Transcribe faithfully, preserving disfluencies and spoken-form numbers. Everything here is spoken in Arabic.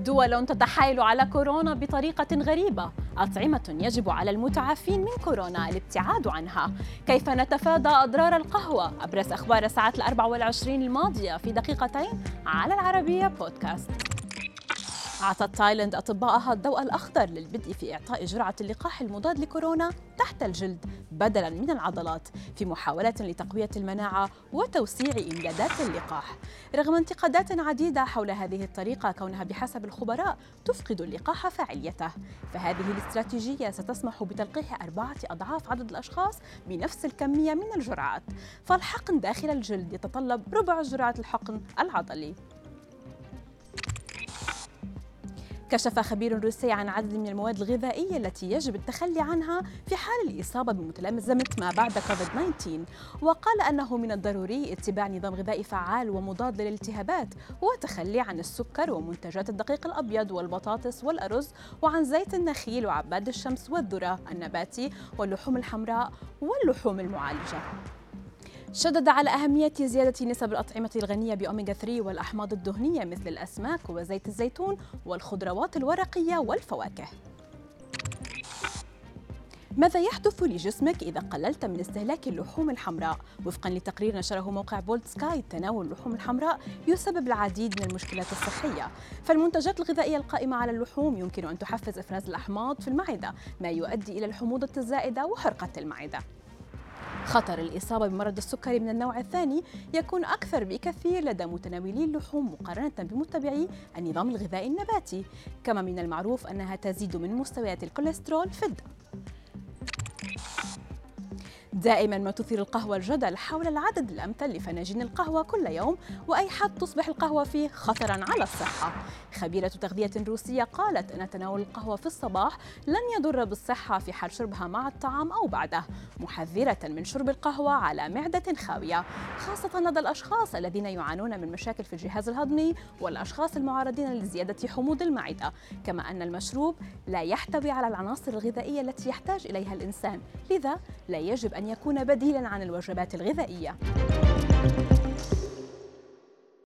دول تتحايل على كورونا بطريقة غريبة. أطعمة يجب على المتعافين من كورونا الابتعاد عنها. كيف نتفادى أضرار القهوة؟ أبرز أخبار الساعات الأربع والعشرين الماضية في دقيقتين على العربية بودكاست. أعطت تايلاند أطباءها الضوء الأخضر للبدء في إعطاء جرعة اللقاح المضاد لكورونا تحت الجلد بدلاً من العضلات في محاولة لتقوية المناعة وتوسيع إمدادات اللقاح، رغم انتقادات عديدة حول هذه الطريقة كونها بحسب الخبراء تفقد اللقاح فاعليته. فهذه الاستراتيجية ستسمح بتلقيح أربعة أضعاف عدد الأشخاص بنفس الكمية من الجرعات، فالحقن داخل الجلد يتطلب ربع جرعة الحقن العضلي. كشف خبير روسي عن عدد من المواد الغذائية التي يجب التخلي عنها في حال الإصابة بمتلازمة ما بعد كوفيد تسعة عشر، وقال أنه من الضروري اتباع نظام غذائي فعال ومضاد للالتهابات والتخلي عن السكر ومنتجات الدقيق الأبيض والبطاطس والأرز وعن زيت النخيل وعباد الشمس والذرة النباتي واللحوم الحمراء واللحوم المعالجة. شدد على أهمية زيادة نسب الأطعمة الغنية بأوميغا ثلاثة والأحماض الدهنية مثل الأسماك وزيت الزيتون والخضروات الورقية والفواكه. ماذا يحدث لجسمك إذا قللت من استهلاك اللحوم الحمراء؟ وفقاً لتقرير نشره موقع بولد سكاي، تناول اللحوم الحمراء يسبب العديد من المشكلات الصحية، فالمنتجات الغذائية القائمة على اللحوم يمكن أن تحفز إفراز الأحماض في المعدة، ما يؤدي إلى الحموضة الزائدة وحرقة المعدة. خطر الإصابة بمرض السكري من النوع الثاني يكون أكثر بكثير لدى متناولي اللحوم مقارنة بمتبعي النظام الغذائي النباتي، كما من المعروف أنها تزيد من مستويات الكوليسترول في الدم. دائما ما تثير القهوة الجدل حول العدد الأمثل لفناجين القهوة كل يوم وأي حد تصبح القهوة فيه خطرا على الصحة. خبيرة تغذية روسية قالت أن تناول القهوة في الصباح لن يضر بالصحة في حال شربها مع الطعام أو بعده، محذرة من شرب القهوة على معدة خاوية، خاصة لدى الأشخاص الذين يعانون من مشاكل في الجهاز الهضمي والأشخاص المعرضين لزيادة حموض المعدة، كما أن المشروب لا يحتوي على العناصر الغذائية التي يحتاج إليها الإنسان، لذا لا يجب أن يكون بديلاً عن الوجبات الغذائية.